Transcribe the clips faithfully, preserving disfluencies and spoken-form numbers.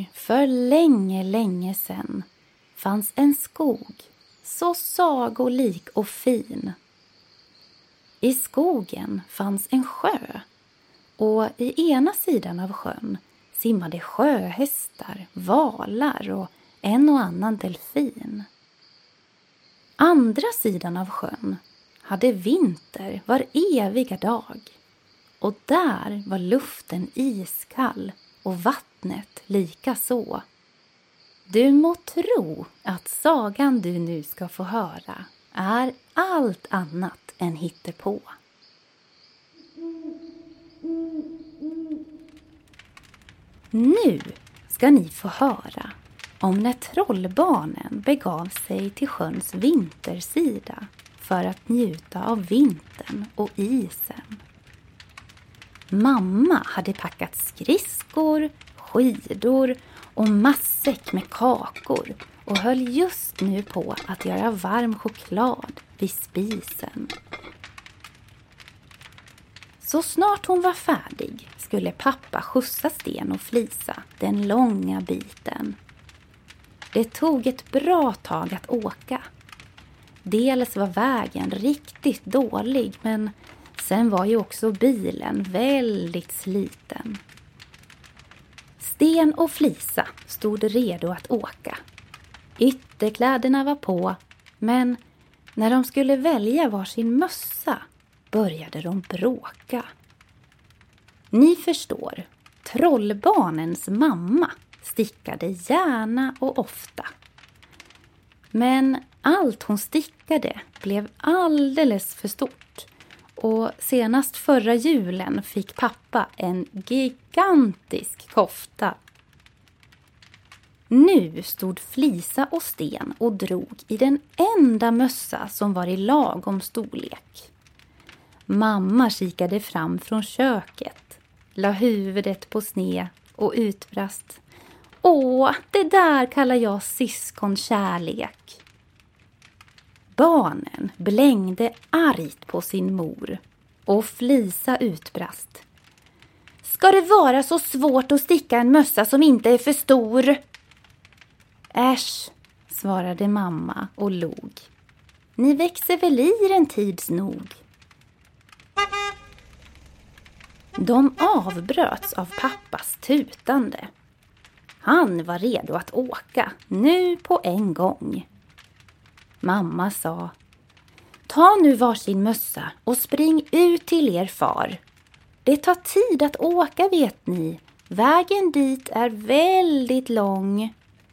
för länge, länge sedan fanns en skog så sagolik och fin. I skogen fanns en sjö och i ena sidan av sjön simmade sjöhästar, valar och en och annan delfin. Andra sidan av sjön hade vinter var eviga dag och där var luften iskall och vattnet lika så. Du må tro att sagan du nu ska få höra är allt annat än hittepå. Nu ska ni få höra om när trollbarnen begav sig till sjöns vintersida för att njuta av vintern och isen. Mamma hade packat skridskor, skidor och matsäck med kakor och höll just nu på att göra varm choklad vid spisen. Så snart hon var färdig skulle pappa skjutsa Sten och Flisa den långa biten. Det tog ett bra tag att åka. Dels var vägen riktigt dålig, men sen var ju också bilen väldigt sliten. Sten och Flisa stod redo att åka. Ytterkläderna var på, men när de skulle välja varsin mössa började de bråka. Ni förstår, trollbarnens mamma stickade gärna och ofta. Men allt hon stickade blev alldeles för stort. Och senast förra julen fick pappa en gigantisk kofta. Nu stod Flisa och Sten och drog i den enda mössa som var i lagom storlek. Mamma kikade fram från köket, la huvudet på sne och utbrast: Åh, det där kallar jag syskonkärlek. Barnen blängde argt på sin mor och Flisa utbrast: Ska det vara så svårt att sticka en mössa som inte är för stor? Äsch, svarade mamma och log. Ni växer väl i en tids nog. De avbröts av pappas tutande. Han var redo att åka, nu på en gång. Mamma sa: Ta nu varsin mössa och spring ut till er far. Det tar tid att åka, vet ni. Vägen dit är väldigt lång.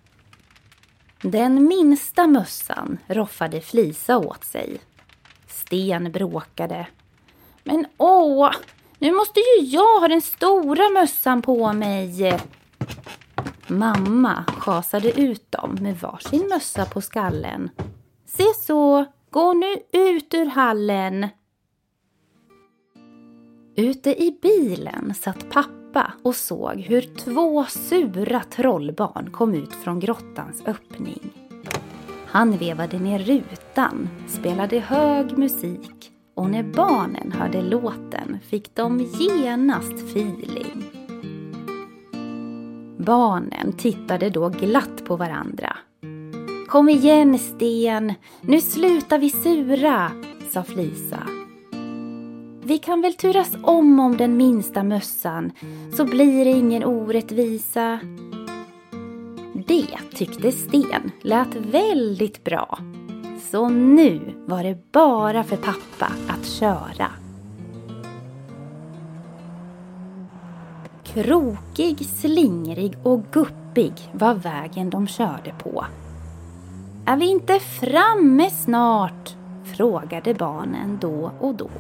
Den minsta mössan roffade Flisa åt sig. Sten bråkade: Men åh, nu måste ju jag ha den stora mössan på mig. Mamma schasade ut dem med varsin mössa på skallen. Se så, gå nu ut ur hallen. Ute i bilen satt pappa och såg hur två sura trollbarn kom ut från grottans öppning. Han vevade ner rutan, spelade hög musik och när barnen hörde låten fick de genast feeling. Barnen tittade då glatt på varandra. Kom igen, Sten, nu slutar vi sura, sa Flisa. Vi kan väl turas om om den minsta mössan, så blir det ingen orättvisa. Det tyckte Sten lät väldigt bra. Så nu var det bara för pappa att köra. Krokig, slingrig och guppig var vägen de körde på. Är vi inte framme snart? Frågade barnen då och då.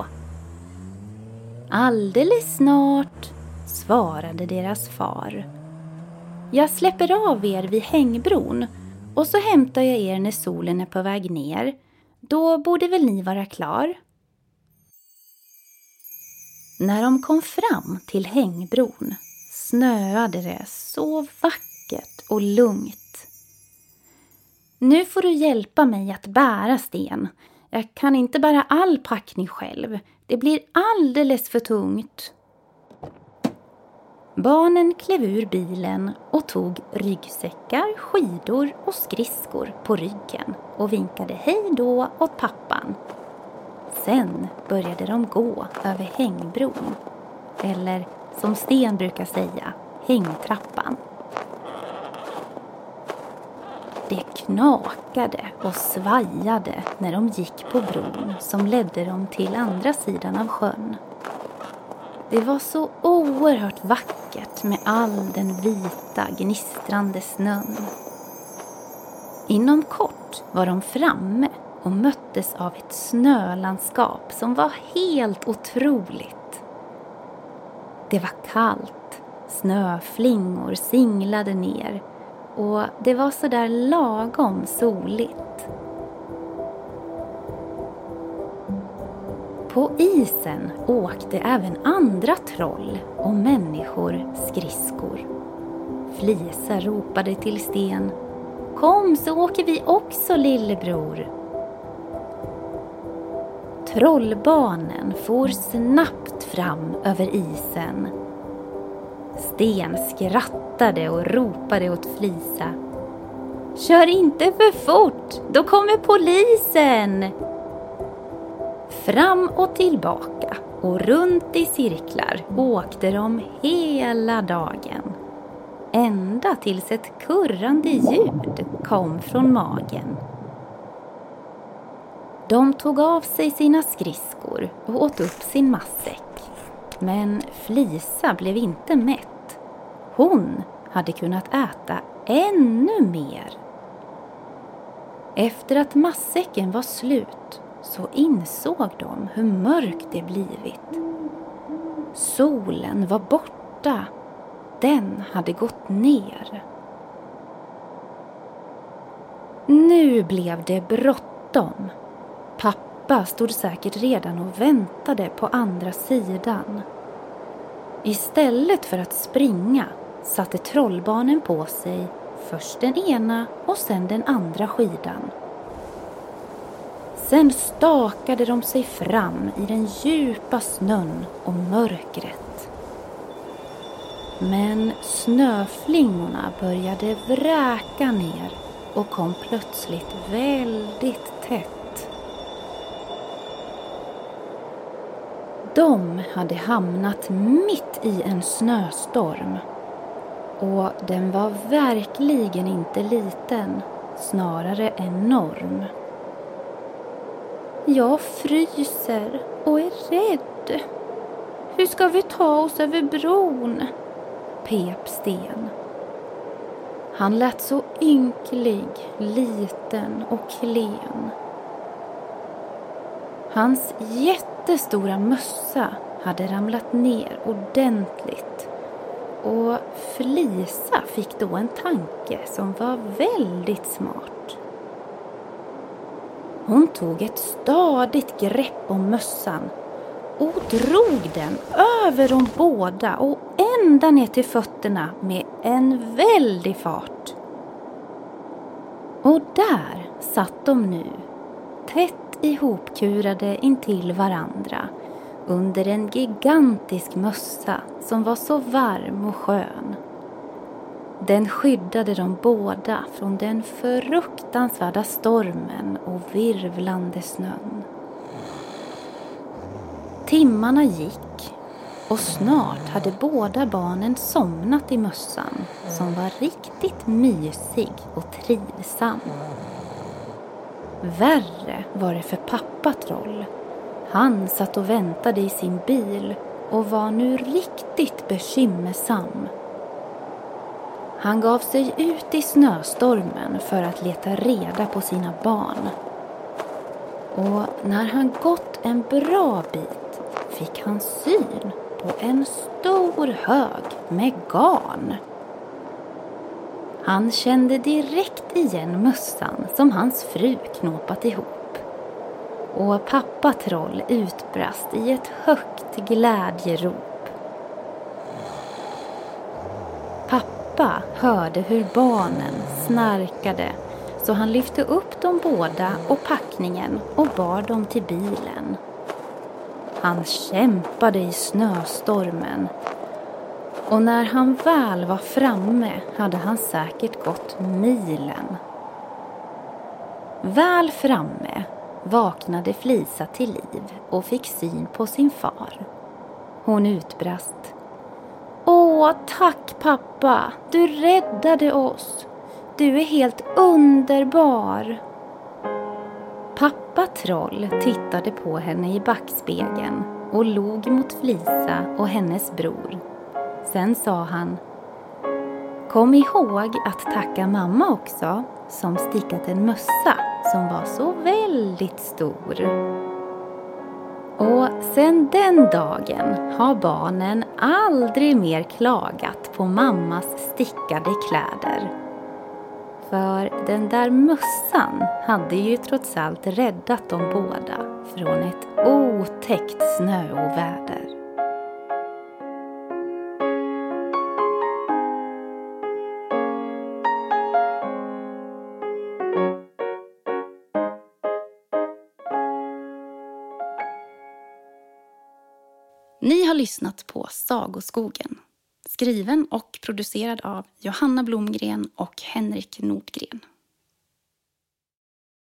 Alldeles snart, svarade deras far. Jag släpper av er vid hängbron och så hämtar jag er när solen är på väg ner. Då borde väl ni vara klar? När de kom fram till hängbron snöade det så vackert och lugnt. Nu får du hjälpa mig att bära, Sten. Jag kan inte bära all packning själv. Det blir alldeles för tungt. Barnen klev ur bilen och tog ryggsäckar, skidor och skridskor på ryggen och vinkade hej då åt pappan. Sen började de gå över hängbron, eller som Sten brukar säga, hängtrappan. Det knakade och svajade när de gick på bron som ledde dem till andra sidan av sjön. Det var så oerhört vackert med all den vita, gnistrande snön. Inom kort var de framme och möttes av ett snölandskap som var helt otroligt. Det var kallt, snöflingor singlade ner och det var så där lagom soligt. På isen åkte även andra troll och människor skridskor. Flisa ropade till Sten: "Kom så åker vi också, lillebror." Trollbarnen for snabbt fram över isen. Sten skrattade och ropade åt Flisa: "Kör inte för fort, då kommer polisen!" Fram och tillbaka och runt i cirklar åkte de hela dagen. Ända tills ett kurrande ljud kom från magen. De tog av sig sina skridskor och åt upp sin matsäck. Men Flisa blev inte mätt. Hon hade kunnat äta ännu mer. Efter att matsäcken var slut så insåg de hur mörkt det blivit. Solen var borta. Den hade gått ner. Nu blev det bråttom. Pappa stod säkert redan och väntade på andra sidan. Istället för att springa satte trollbarnen på sig först den ena och sen den andra skidan. Sen stakade de sig fram i den djupa snön och mörkret. Men snöflingorna började vräka ner och kom plötsligt väldigt tätt. De hade hamnat mitt i en snöstorm. Och den var verkligen inte liten, snarare enorm. "Jag fryser och är rädd. Hur ska vi ta oss över bron?" pep Sten. Han lät så ynklig, liten och klen. Hans jättestora mössa hade ramlat ner ordentligt. Och Flisa fick då en tanke som var väldigt smart. Hon tog ett stadigt grepp om mössan och drog den över de båda och ända ner till fötterna med en väldig fart. Och där satt de nu, tätt ihopkurade intill varandra, under en gigantisk mössa som var så varm och skön. Den skyddade dem båda från den fruktansvärda stormen och virvlande snön. Timmarna gick och snart hade båda barnen somnat i mössan som var riktigt mysig och trivsam. Värre var det för pappa Troll. Han satt och väntade i sin bil och var nu riktigt bekymmersam. Han gav sig ut i snöstormen för att leta reda på sina barn. Och när han gått en bra bit fick han syn på en stor hög med garn. Han kände direkt igen mössan som hans fru knåpat ihop. Och pappa Troll utbrast i ett högt glädjerop. Pappa hörde hur barnen snarkade, så han lyfte upp dem båda och packningen och bar dem till bilen. Han kämpade i snöstormen. Och när han väl var framme hade han säkert gått milen. Väl framme vaknade Flisa till liv och fick syn på sin far. Hon utbrast: Åh, tack pappa, du räddade oss. Du är helt underbar. Pappa Troll tittade på henne i backspegeln och log mot Flisa och hennes bror. Sen sa han: Kom ihåg att tacka mamma också, som stickat en mössa som var så väldigt stor. Och sen den dagen har barnen aldrig mer klagat på mammas stickade kläder. För den där mössan hade ju trots allt räddat dem båda från ett otäckt snöoväder. Ni har lyssnat på Sagoskogen, skriven och producerad av Johanna Blomgren och Henrik Nordgren.